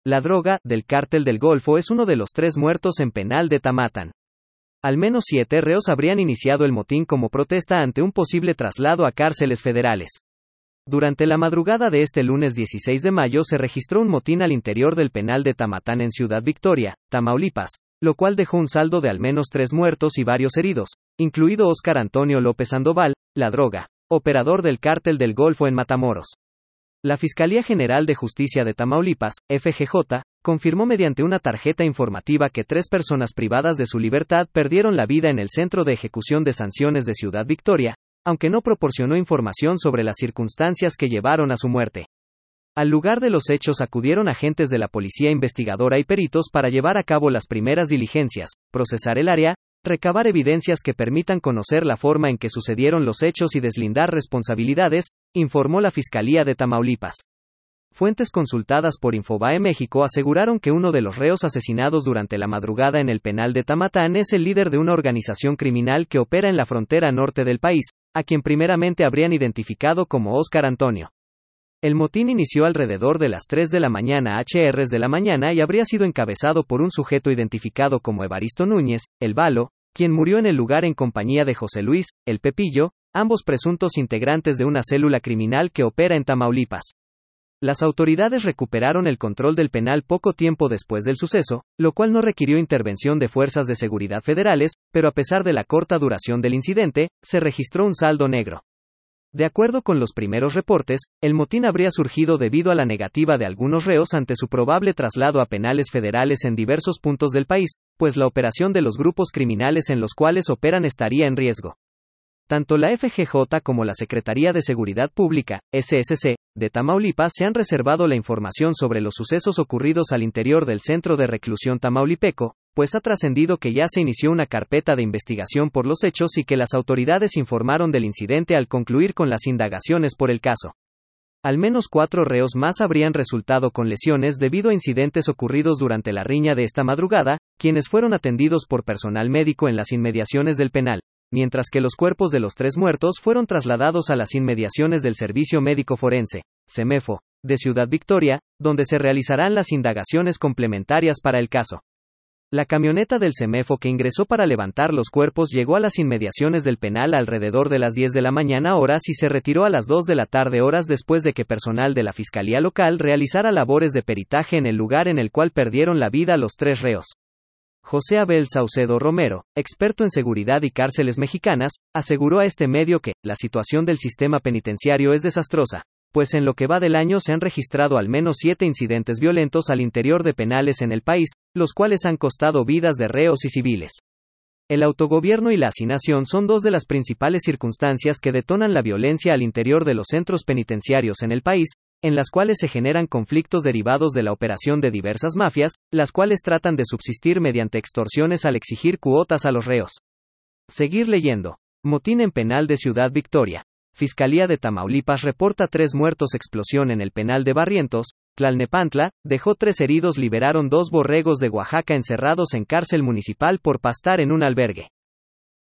la droga, del Cártel del Golfo es uno de los 3 muertos en penal de Tamatán. Al menos 7 reos habrían iniciado el motín como protesta ante un posible traslado a cárceles federales. Durante la madrugada de este lunes 16 de mayo se registró un motín al interior del penal de Tamatán en Ciudad Victoria, Tamaulipas, lo cual dejó un saldo de al menos 3 muertos y varios heridos, incluido Óscar Antonio López Sandoval, la droga, operador del Cártel del Golfo en Matamoros. La Fiscalía General de Justicia de Tamaulipas, FGJ, confirmó mediante una tarjeta informativa que 3 personas privadas de su libertad perdieron la vida en el Centro de Ejecución de Sanciones de Ciudad Victoria, aunque no proporcionó información sobre las circunstancias que llevaron a su muerte. Al lugar de los hechos acudieron agentes de la Policía Investigadora y peritos para llevar a cabo las primeras diligencias, procesar el área, recabar evidencias que permitan conocer la forma en que sucedieron los hechos y deslindar responsabilidades, informó la Fiscalía de Tamaulipas. Fuentes consultadas por Infobae México aseguraron que uno de los reos asesinados durante la madrugada en el penal de Tamatán es el líder de una organización criminal que opera en la frontera norte del país, a quien primeramente habrían identificado como Óscar Antonio. El motín inició alrededor de las 3 de la mañana h. de la mañana y habría sido encabezado por un sujeto identificado como Evaristo Núñez, el Balo, quien murió en el lugar en compañía de José Luis, el Pepillo, ambos presuntos integrantes de una célula criminal que opera en Tamaulipas. Las autoridades recuperaron el control del penal poco tiempo después del suceso, lo cual no requirió intervención de fuerzas de seguridad federales, pero a pesar de la corta duración del incidente, se registró un saldo negro. De acuerdo con los primeros reportes, el motín habría surgido debido a la negativa de algunos reos ante su probable traslado a penales federales en diversos puntos del país, pues la operación de los grupos criminales en los cuales operan estaría en riesgo. Tanto la FGJ como la Secretaría de Seguridad Pública, SSC, de Tamaulipas se han reservado la información sobre los sucesos ocurridos al interior del Centro de Reclusión Tamaulipeco, pues ha trascendido que ya se inició una carpeta de investigación por los hechos y que las autoridades informaron del incidente al concluir con las indagaciones por el caso. Al menos 4 reos más habrían resultado con lesiones debido a incidentes ocurridos durante la riña de esta madrugada, quienes fueron atendidos por personal médico en las inmediaciones del penal, mientras que los cuerpos de los 3 muertos fueron trasladados a las inmediaciones del Servicio Médico Forense, SEMEFO, de Ciudad Victoria, donde se realizarán las indagaciones complementarias para el caso. La camioneta del SEMEFO que ingresó para levantar los cuerpos llegó a las inmediaciones del penal alrededor de las 10 de la mañana horas y se retiró a las 2 de la tarde horas después de que personal de la Fiscalía Local realizara labores de peritaje en el lugar en el cual perdieron la vida los 3 reos. José Abel Saucedo Romero, experto en seguridad y cárceles mexicanas, aseguró a este medio que la situación del sistema penitenciario es desastrosa, pues en lo que va del año se han registrado al menos 7 incidentes violentos al interior de penales en el país, los cuales han costado vidas de reos y civiles. El autogobierno y la hacinación son 2 de las principales circunstancias que detonan la violencia al interior de los centros penitenciarios en el país, en las cuales se generan conflictos derivados de la operación de diversas mafias, las cuales tratan de subsistir mediante extorsiones al exigir cuotas a los reos. Seguir leyendo. Motín en penal de Ciudad Victoria. Fiscalía de Tamaulipas reporta 3 muertos. Explosión en el penal de Barrientos, Tlalnepantla, dejó 3 heridos. Liberaron 2 borregos de Oaxaca encerrados en cárcel municipal por pastar en un albergue.